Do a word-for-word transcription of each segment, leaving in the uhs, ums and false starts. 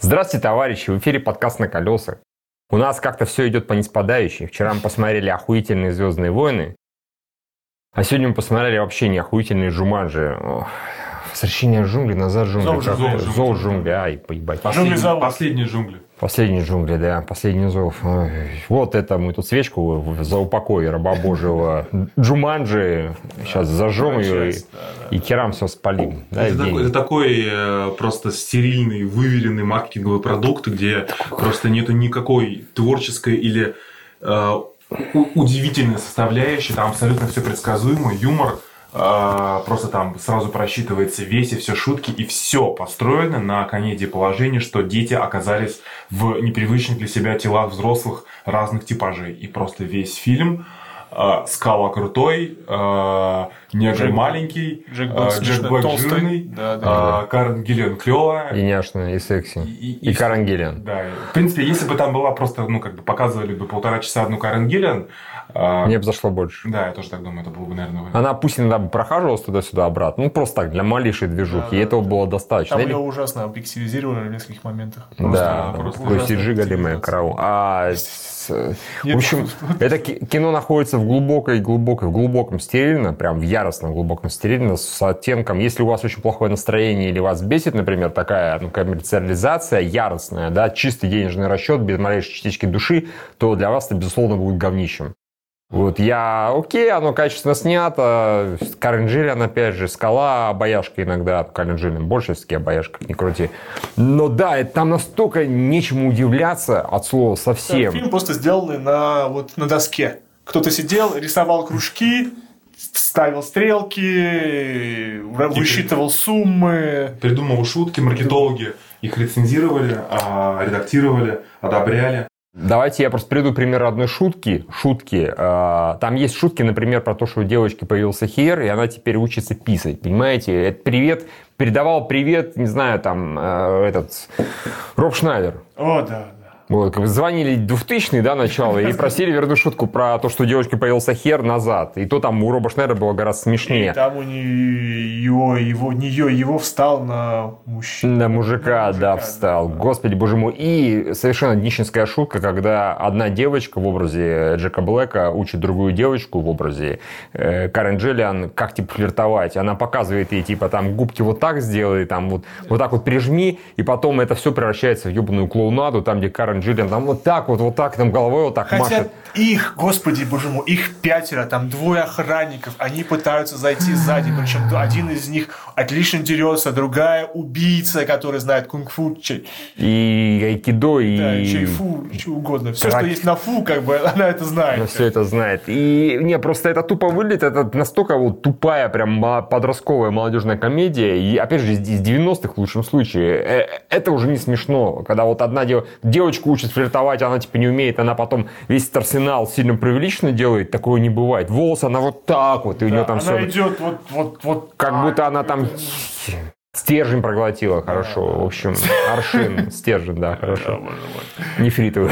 Здравствуйте, товарищи! В эфире подкаст «На колесах». У нас как-то все идет по ниспадающей. Вчера мы посмотрели охуительные «Звездные войны», а сегодня мы посмотрели вообще не охуительные «Джуманджи». «Возвращение джунглей», «Назад в джунгли». «Зов джунгли». Ай, поебать. Последние, последние джунгли. Последние джунгли, да. Последний зов. Ой, вот это мы тут свечку за упокой раба Божьего Джуманджи. Сейчас зажжем ее и, да, да, и керам все спалим. Да, это, такой, это такой э, просто стерильный, выверенный маркетинговый продукт, где просто нету никакой творческой или э, удивительной составляющей. Там абсолютно все предсказуемо, юмор. Просто там сразу просчитывается весь и все шутки, и все построено на комедии положения, что дети оказались в непривычных для себя телах взрослых разных типажей. И просто весь фильм э, Скала крутой, э, Негр маленький, Джек Блэк жирный, да, да, э, Карен Гиллиан клевая. И няшная, и секси. И, и, и Карен Гиллиан. Да, в принципе, если бы там была просто, ну, как бы показывали бы полтора часа одну Карен Гиллиан, мне бы зашло больше. Да, я тоже так думаю, это было бы, наверное... Она пусть иногда бы прохаживалась туда-сюда обратно, ну просто так, для малейшей движухи, да, и да, этого да. было достаточно. Там ее ужасно объективизировали в нескольких моментах. Просто, да, просто си джи галимая караул. А, в общем, это кино находится в глубокой-глубокой, в глубоком стерильно, прям в яростном глубоком стерильно, с оттенком, если у вас очень плохое настроение или вас бесит, например, такая ну, коммерциализация яростная, да, чистый денежный расчет, без малейшей частички души, то для вас это, безусловно, будет говнищем. Вот я, окей, оно качественно снято, Карен Гиллиан, опять же, Скала, обаяшка иногда, Карен Гиллиан больше все-таки обаяшка, как ни крути. Но да, там настолько нечему удивляться от слова совсем. Да, фильм просто сделанный на, вот, на доске. Кто-то сидел, рисовал кружки, ставил стрелки, высчитывал суммы. Придумывал шутки, маркетологи их рецензировали, редактировали, одобряли. Давайте я просто приведу пример одной шутки. Шутки. Там есть шутки, например, про то, что у девочки появился хер, и она теперь учится писать. Понимаете? Это привет. Передавал привет, не знаю, там, этот Роб Шнайдер. О, да. Вот, как бы звонили двухтысячные, да, начало, и просили вернуть шутку про то, что у девочки появился хер назад. И то там у Роба Шнайдера было гораздо смешнее. И там у нее, его, нее, его встал на мужчину. На мужика, на мужика да, встал. Да. Господи, боже мой. И совершенно днищенская шутка, когда одна девочка в образе Джека Блэка учит другую девочку в образе э, Карен Гиллиан, как, типа, флиртовать. Она показывает ей, типа, там, губки вот так сделай, там, вот, вот так вот прижми, и потом это все превращается в ебаную клоунаду, там, где Карен Гиллиан там вот так вот, вот так, там головой вот так Хотя машет. Их, господи, боже мой, их пятеро, там двое охранников, они пытаются зайти сзади, причем один из них отлично дерется, другая убийца, которая знает кунг-фу. И айкидо, и... Да, и фу, что угодно. Все, что есть на фу, как бы, она это знает. Она все это знает. И, не, просто это тупо выглядит, это настолько вот тупая, прям подростковая молодежная комедия, и, опять же, из девяностых в лучшем случае. Это уже не смешно, когда вот одна дев... девочка учит флиртовать, она типа не умеет, она потом весь этот арсенал сильно преувеличенно делает, такого не бывает. Волосы она вот так вот, и да, у нее там она все... идет вот, вот, вот как так, будто она там стержень проглотила, да, хорошо. да. В общем, аршин, стержень, да, хорошо. Нефритовый.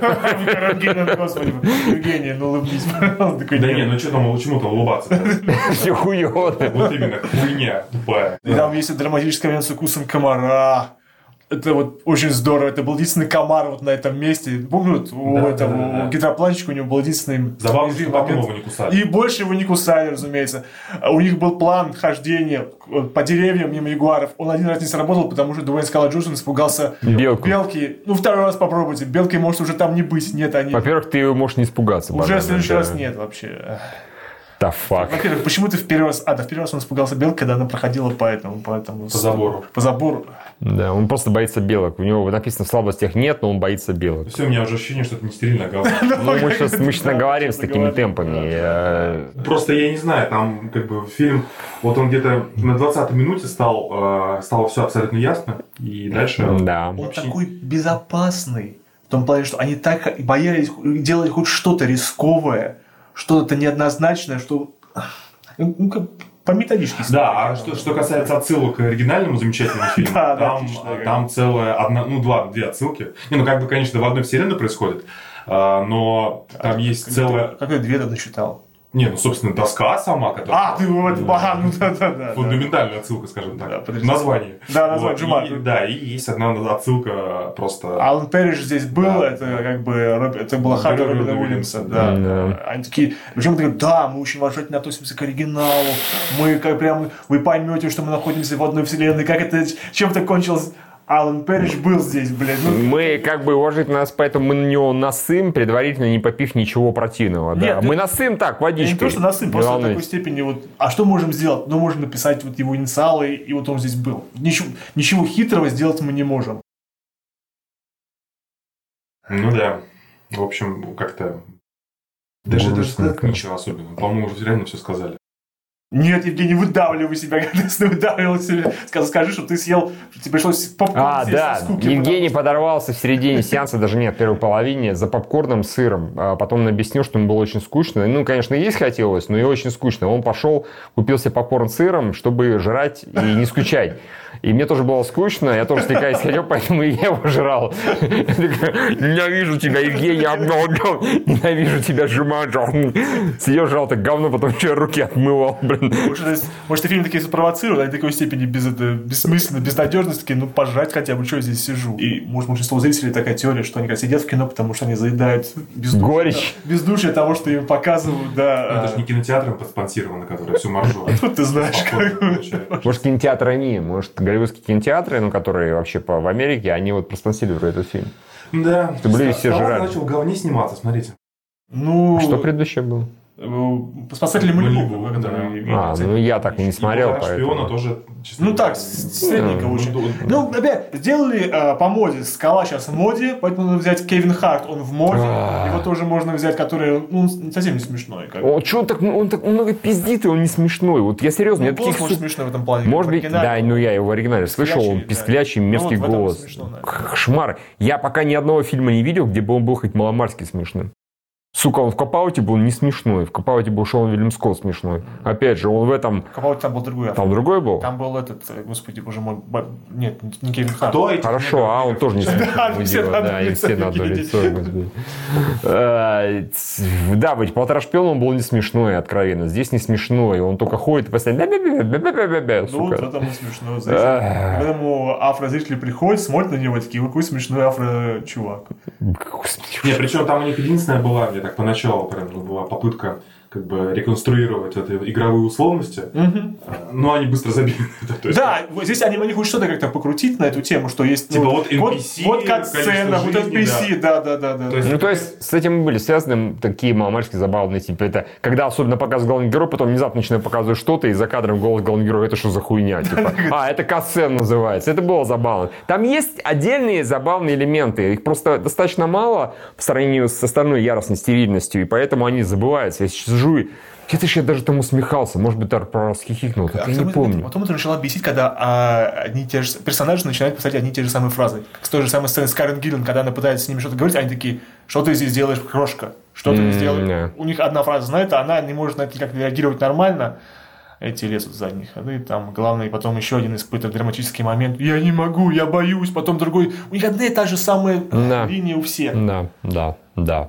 Господи, Евгений, ну улыбнись, пожалуйста. Да не, ну что там, чему-то улыбаться? Все хуёво. Вот именно, хуйня тупая. Там есть драматический момент с укусом комара. Это вот очень здорово. Это был единственный комар вот на этом месте. Помню, у да, этого да, да. у гидропланчика у него был единственный... Забавно, что потом его не кусали. И больше его не кусали, разумеется. У них был план хождения по деревьям мимо ягуаров. Он один раз не сработал, потому что Дуэйн Скала Джонсон испугался Белку. белки. Ну, второй раз попробуйте. Белки может уже там не быть. Нет, они... Во-первых, ты можешь не испугаться. Уже в следующий да. раз нет вообще. Да фак. Во-первых, почему ты в первый раз... А, да, в первый раз он испугался белки, когда она проходила по этому... По, этому, по забору. По забору. Да, он просто боится белок. У него написано, в слабостях нет, но он боится белок. Все, у меня уже ощущение, что это не стерильно говорит. Ну, мы сейчас мы сейчас наговорим с такими темпами. Просто я не знаю, там как бы фильм... Вот он где-то на двадцатой минуте стал... Стало все абсолютно ясно. И дальше... Да. Он такой безопасный. В том плане, что они так боялись делать хоть что-то рисковое, что-то неоднозначное, что... Ну, как... По методичке. Да, а что, что касается отсылок к оригинальному замечательному фильму, да, там, да, там целая одна, ну, два, две отсылки. Не, ну, как бы, конечно, в одной вселенной происходит, но там а есть как целая... Ты, как ты две тогда считал? Не, ну, собственно, доска сама, которая... А, ты вот, ага, ну да-да-да. Фундаментальная отсылка, скажем так. Да, название. Да, название, вот, Джуманджи. и, да, и есть одна отсылка просто... Алан Пэриш здесь был, Да, это да. как бы, это была Да, хата Роберта Робина Уильямса, Уильямса, да. да. Они такие, причем говорят, да, мы очень уважительно относимся к оригиналу, мы как прям, вы поймете, что мы находимся в одной вселенной, как это, чем-то кончилось. Алан Пэриш был здесь, блядь. Ну, мы как бы уважительно нас, поэтому мы на него насым, предварительно не попив ничего противного. Да. Нет, мы это- насым так, водичкой. не то, что насым, Не просто в такой волнуйтесь. степени вот, а что можем сделать? Ну, можем написать вот его инициалы, и вот он здесь был. Ничего, ничего хитрого сделать мы не можем. Ну да. В общем, как-то... Даже, даже сказать Грустненько. ничего особенного. По-моему, уже реально все сказали. Нет, Евгений, выдавливай себя, когда ты выдавливал себя. Скажи, скажи, что ты съел, тебе пришлось попкорн А, съесть да, со скуки, Евгений потому подорвался в середине сеанса, даже нет, в первой половине, за попкорном с сыром. А потом он объяснил, что ему было очень скучно. Ну, конечно, есть хотелось, но и очень скучно. Он пошел, купил себе попкорн с сыром, чтобы жрать и не скучать. И мне тоже было скучно, я тоже слегка исходил, поэтому и я его жрал. Я такой, ненавижу тебя, Евгений, обнал, ненавижу тебя, Джуманджи. Сидел, жрал так говно, потом еще руки отмывал, блин. Может, это- может, и фильм такие спровоцируют, они в такой степени без, это, бессмысленно, безнадежность, такие, ну, пожрать хотя бы, что я здесь сижу. И, может, у большинства зрителей такая теория, что они когда сидят в кино, потому что они заедают бездушие, Горечь. бездушие того, что им показывают, Ну, да. это же не кинотеатром подспонсировано, который всю маржу. Тут ты знаешь, спокойно как... получает. Может, кинотеатры не, может, голливудские кинотеатры, ну, которые вообще по, в Америке, они вот проспонсировали этот фильм. Да. Чтобы люди все Сталлоне жрали. начал в говне сниматься, смотрите. Ну, Что предыдущее было? э, спасатели Малибу, Малибу, который да. Евгений А, оценил. ну я так и не смотрел, И «Враг шпиона» поэтому... тоже... честно Ну говоря, так, средненько ну, очень. ну, Ну, опять, сделали э, по моде. Скала сейчас в моде, поэтому надо взять Кевин Харт, он в моде. А. Его тоже можно взять, который, ну, он совсем не смешной. Как. О, что он так, он так много пиздит, и он не смешной. Вот я серьезно, я Ну, голос, таких... может, су- смешной в этом плане. Может В быть, оригинале. да, ну я его в оригинале слышал, он Писклячий, да. писклячий, мерзкий Ну, вот в этом голос. смешно, да. Кошмар. Я пока ни одного фильма не видел, где бы он был хоть маломальски смешным. Сука, он в Копауте был не смешной. В Копауте был Шон Уильям Скотт смешной. Опять же, он в этом... Копауте там был другой автор. Там другой был? Там был этот, э, господи, боже мой, ба- нет, не Кевин Харт. Кто эти? Хорошо, а он тоже не смешной. Да, они все на одно Да, и лицо, все на одно Евгений. лицо, господи. Э, Да, быть, «Полтора шпиона» он был не смешной, откровенно. Здесь не смешной. Он только ходит и постоянно... бя-бя-бя-бя-бя-бя-бя, Ну, вот в сука. этом и смешно. Эх. зритель. Поэтому афрозрители приходят, смотрят на него, такие, какой смешной афро-чувак. Господи. Не, причем там у них единственная была, мне так поначалу прям была попытка как бы реконструировать это игровые условности, но они быстро забили на это. То есть, Да, вот здесь они могли хоть что-то как-то покрутить на эту тему, что есть... Типа ну, вот эн пи си, вот как сцена, вот количество эн пи си, жизней, да, да, да, да. То есть- Ну, то есть, с этим были связаны такие маломальски забавные, типа, это, когда особенно показывают главный герой, потом внезапно начинают показывать что-то, и за кадром голос главного героя, это что за хуйня, типа, а, это катсцена называется, это было забавно. Там есть отдельные забавные элементы, их просто достаточно мало по сравнению с остальной яростной стерильностью, и поэтому они забываются. Я сейчас сижу и где-то же я даже там усмехался, может быть, даже расхихикнул, так я не Потом- помню. Потом это начало бесить, когда а, одни и те же персонажи начинают писать одни и те же самые фразы. Как с той же самой сцены с Карен Гиллен, когда она пытается с ними что-то говорить, они такие, что ты здесь делаешь, крошка? Что ты М, сделаешь? да. У них одна фраза знает, а она не может на это никак реагировать нормально. Эти лезут в задние ходы, там главное, потом еще один испытывает драматический момент. Я не могу, я боюсь, потом другой. У них одна и та же самая Да. линия у всех. Да, да, да.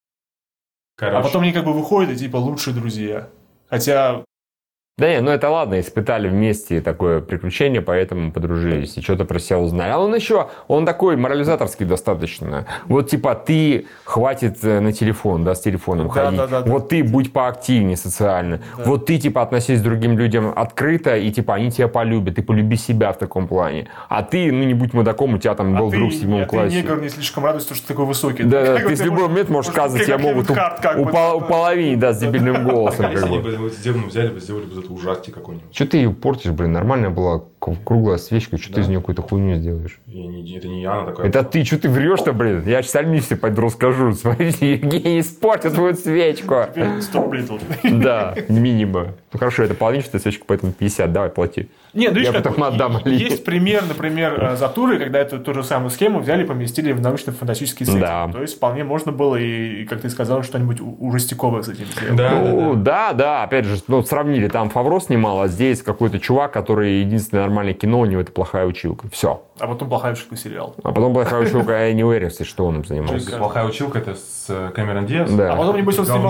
короче, А потом они как бы выходят и типа лучшие друзья. Хотя Да не, ну это ладно, испытали вместе такое приключение, поэтому подружились и что-то про себя узнали. А он еще, он такой морализаторский достаточно. Вот типа ты хватит э, на телефон, да, с телефоном Да, ходить. да, да, да. Вот ты будь поактивнее социально. Вот ты типа относись к другим людям открыто, и типа они тебя полюбят, ты полюби себя в таком плане. А ты, ну не будь мудаком, у тебя там был а друг ты, в седьмом а классе. ты негр не слишком радуешься, что ты такой высокий. Да, да, Как ты бы с любой можешь- момент можешь можешь сказать, я как могу Кевин Харт, как бы, упол- да. уполовинить, да, с дебильным голосом. если как бы. бы вот демона взяли бы, сделали бы это ужасти какой-нибудь. Что ты ее портишь, блин? Нормальная была к- круглая свечка. Что ты из нее какую-то хуйню сделаешь? Я не- это не я, она такая. Это ты, что ты врешь-то, блин? Я сейчас Альмисе пойду расскажу. Смотрите, Евгений испортил твою свечку. Теперь сто рублей должен. Да, минимум. Ну хорошо, это половинчатая свечка, поэтому пятьдесят. Давай, плати. Нет, ну, видишь, Я как потом отдам Али. есть пример, например, э, Затуры, когда эту ту же самую схему взяли и поместили в научно-фантастический сеттинг. Да. То есть вполне можно было и, как ты сказал, что-нибудь у- ужастиковое с этим сделать. Да, да, Ну, да. да, да, опять же, ну, сравнили, там Фавро снимал, а здесь какой-то чувак, который единственное нормальное кино, у него это плохая училка. Все. А потом плохая шутка сериал. А потом плохая училка, а я не уверен, что он им занимался. Плохая училка, это с э, Кэмерон Диас. Да. А потом, небось, он Говно. снимал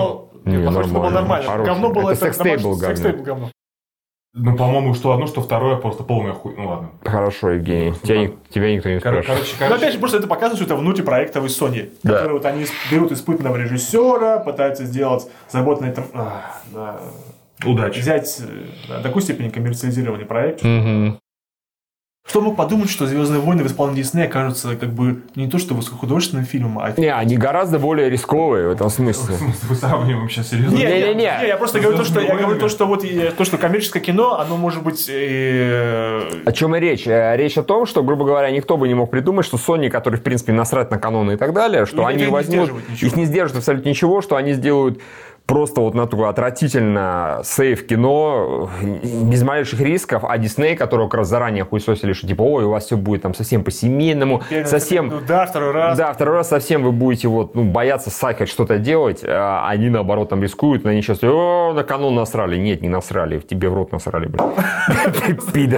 Не, Похоже, что было нормально. хороший. Говно было Это секстейбл говно. секстейбл говно. Ну, по-моему, что одно, что второе, просто полная хуй. Ну, ладно. Хорошо, Евгений. Тебя, тебя никто не Кор- спрашивает. Короче, Но короче. опять же, просто это показывает, что это внутри проектов из Sony. Да. Которые вот они берут испытанного режиссера, пытаются сделать заботу на этом... а, да, Удачи. взять э, до такой степени коммерциализированный проект. Мгм. Кто мог подумать, что «Звездные войны» в исполнении Диснея окажутся как бы не то что высокохудожественным фильмом, а... Не, они гораздо более рисковые в этом смысле. В смысле, вы сравниваем сейчас серьезно? Не, не, Не-не-не. не, я просто говорю то, что, я «Звездными говорю то, войнами». что вот э, то, что коммерческое кино, оно может быть... э, О чем и речь? Э, Речь о том, что, грубо говоря, никто бы не мог придумать, что Sony, который, в принципе, насрать на каноны и так далее, что Их они не возьмут... сдерживает ничего. Их не сдержит абсолютно ничего, что они сделают просто вот на такое отвратительно сейф кино, без малейших рисков, а Дисней, которого как раз заранее хуесосили, что типа, ой, у вас все будет там совсем по-семейному, первый совсем... раз, да, второй раз. Да, второй раз совсем вы будете вот, ну, бояться сакать, что-то делать, а они, наоборот, там рискуют, они сейчас, о, на канон насрали. Нет, не насрали, в тебе в рот насрали, блин. Пидор.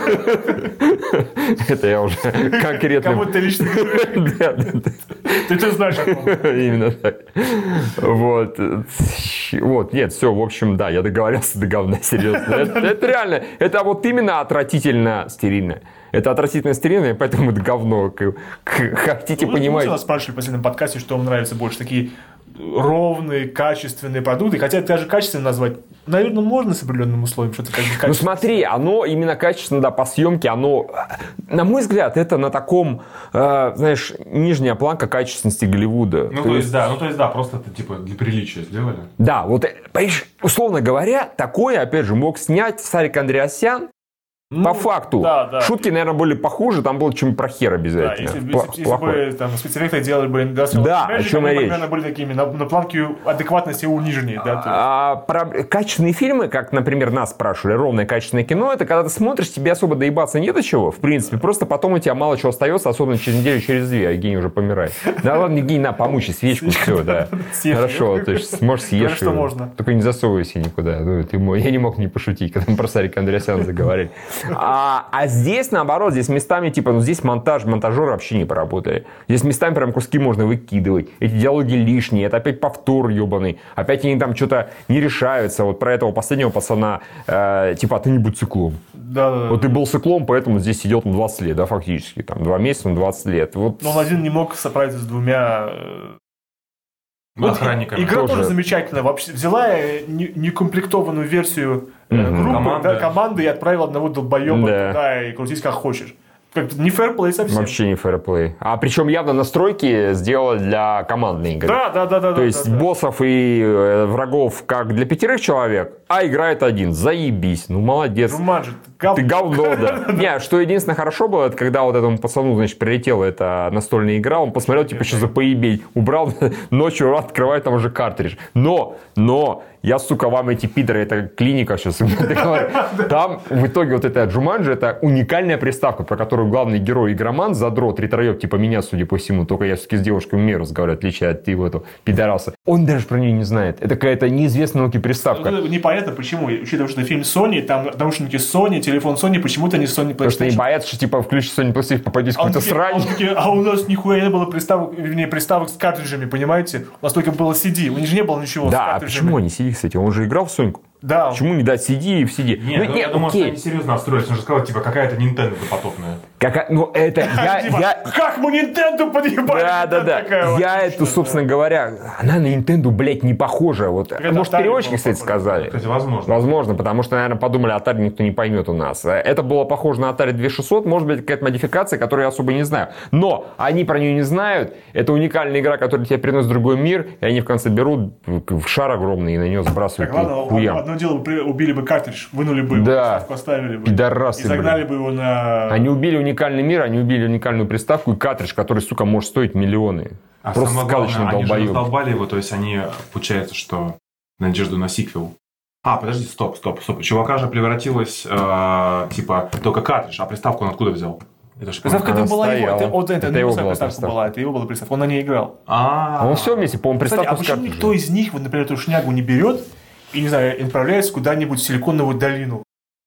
Это я уже конкретно... Кому ты лично говоришь? Да, да, да. Ты ты знаешь, о ком. Именно так. Вот. Вот, нет, все, в общем, да, я договорился до говна, серьезно. Это, это реально, это вот именно отвратительно стерильно. Это отвратительно стерильно, и поэтому это говно. К- к- Хотите Ну, понимать? Мы нас спрашивали в последнем подкасте, что вам нравится больше. Такие ровные, качественные продукты. Хотя даже качественно назвать, наверное, можно с определенным условием, что-то как бы Ну качественно. смотри, оно именно качественно, да, по съемке, оно, на мой взгляд, это на таком, э, знаешь, нижняя планка качественности Голливуда. Ну, то есть, да, ну, то есть, да, просто это, типа, для приличия сделали. Да, вот, э, понимаешь, условно говоря, такое, опять же, мог снять Сарик Андреасян. Ну, По факту. да, да. Шутки, наверное, были похуже, там было чем-то про хер Да, обязательно. если, Пла- если- если плохой. бы там спецэффекты делали бы Industrial Да, Magic, о чем они и речь. примерно были такими на, на планке адекватности у нижней, да, то есть. А, про качественные фильмы, как, например, нас спрашивали, ровное качественное кино, это когда ты смотришь, тебе особо доебаться не до чего, в принципе, просто потом у тебя мало чего остается, особенно через неделю, через две, а Евгений уже помирает. Да ладно, Евгений, на, помучи свечку, все, да. Съешь Хорошо, её. то есть можешь съешь Говорят, что её. можно. Только не засовывайся никуда. Ну, ты мой- я не мог не пошутить, когда мы про Сарика Андреасяна заговорили. А, а здесь, наоборот, здесь местами, типа, ну, здесь монтаж, монтажеры вообще не поработали. Здесь местами прям куски можно выкидывать. Эти диалоги лишние, это опять повтор ебаный. Опять они там что-то не решаются. Вот про этого последнего пацана, э, типа, а ты не будь циклом. Да, да, да. Вот ты был циклом, поэтому здесь сидел там двадцать лет, да, фактически. Там два месяца, ну, двадцать лет. Вот. Но он один не мог справиться с двумя... э, Вот Охранниками. Игра тоже, Тоже. замечательная. Вообще взяла э, не- некомплектованную версию э, Мгм. группы, Команды. да, команды и отправила одного долбоеба Да. туда и крутись как хочешь. Как-то не фэрплей совсем. Вообще не фэрплей. А причем явно настройки сделали для командной игры. Да, да, да, да. То да, есть да, да. боссов и э, врагов как для пятерых человек, а играет один. Заебись. Ну, молодец. Джуманджи, гав- Ты говно, да. Не, что единственное хорошо было, это когда вот этому пацану, значит, прилетела эта настольная игра, он посмотрел, типа, что за поебень. Убрал, ночью открывает там уже картридж. Но, но, я, сука, вам эти пидоры, это клиника сейчас. Там в итоге вот эта Джуманджи, это уникальная приставка, про которую главный герой игроман, задрот, ретроеб, типа меня, судя по всему, только я все-таки с девушкой умею разговаривать, в отличие от его этого пидораса. Он даже про нее не знает. Это какая-то неизвестная науке приставка. Ну, непонятно почему, учитывая, что фильм Sony, там наушники Sony, телефон Sony, почему-то не Sony Потому что они PlayStation. боятся, что типа включишь Sony PlayStation, попадешь в А он какую-то такие- а он срань. такие, а у нас нихуя не было приставок, вернее, приставок с картриджами, понимаете? У нас только было си ди, у них же не было ничего с Да, а картриджами. почему они си ди, кстати? Он же играл в Соньку. Да, Почему не дать си ди и в си ди? Нет, ну, я думаю, что они серьезно настроились. Он же сказал, типа, какая-то Nintendo допотопная. Какая, ну это я, Типа, я, как мы Nintendo подъебали? да, да, да. Такая вот Я отличная, эту, собственно говоря, она на Nintendo, блядь, не похожа. Вот, это может, Atari переводчики, было кстати, похоже. сказали. Кстати, возможно. Возможно, потому что, наверное, подумали, Atari никто не поймет у нас. Это было похоже на Atari две тысячи шестьсот, может быть, какая-то модификация, которую я особо не знаю. Но они про нее не знают. Это уникальная игра, которая тебя приносит в другой мир, и они в конце берут в шар огромный и на нее сбрасывают Так, ладно, хуям. одно дело, бы при- убили бы картридж, вынули бы его, Да. приставку оставили бы. Пидорасы, И загнали бы его на... Они убили уникальный мир, они убили уникальную приставку и картридж, который, сука, может стоить миллионы. А Просто самое сказочный главное, они же долбоеб. раздолбали его, то есть они, получается, что надежду на сиквел. А, подожди, стоп, стоп, стоп. Чувака же превратилась, э, типа, только картридж, а приставку он откуда взял? Это же Приставка это Она была его, стояла. это, вот это, Это не его его была приставка приставка. была, это его была приставка, он на ней играл. А, Он все вместе, по-моему, Кстати, приставку а с почему картриджем. никто из них, вот, например, эту шнягу не берет и, не знаю, отправляется куда-нибудь в Силиконовую долину?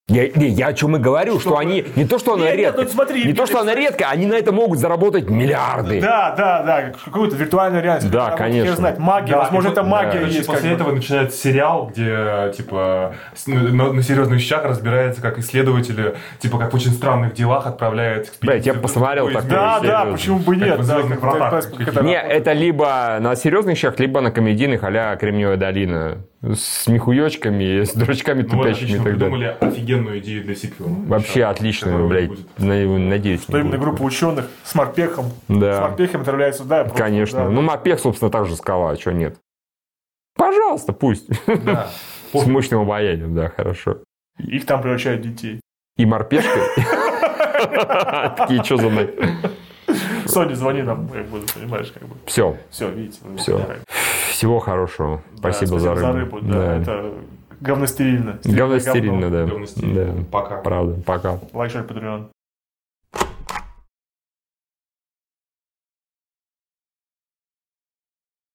Я, не, я о чем и говорю, что, что они, не то, что она нет, редкая, нет, ну, смотри, не то, что она редкая, они на это могут заработать миллиарды. Да, да, да, какую-то виртуальную реальность. Да, а конечно. Знать, магия, да, возможно, это магия да, есть. После этого бы. начинается сериал, где, типа, на, на серьезных вещах разбирается, как исследователи, типа, как в очень странных делах отправляют экспедиции. Блять, я посмотрел такое. Да, да, почему бы нет. Как да, вратах, как не, это либо на серьезных вещах, либо на комедийных а-ля Кремниевая долина. С мехуёчками, с дурачками ну, тупящими вот, и так далее. придумали офигенную идею для сиквела. Вообще отлично, блядь. Надеюсь. Что именно группа ученых с морпехом. Да. С морпехом отправляется сюда. Конечно. Да. Ну, морпех, собственно, так же скала, а что нет? Пожалуйста, пусть. Да. С мощным обаянием, да, хорошо. Их там превращают в детей. И морпешкой? Такие, что за мной? Соня, звони нам, я буду, понимаешь, как бы. Все. Все, видите. Все. Всего хорошего. Да, спасибо, спасибо за рыбу. За рыбу да. Да. Это говностерильно. Говностерильно, да. Говностерильно. Да. Пока. Правда, пока. Лайк, шарь, Патреон.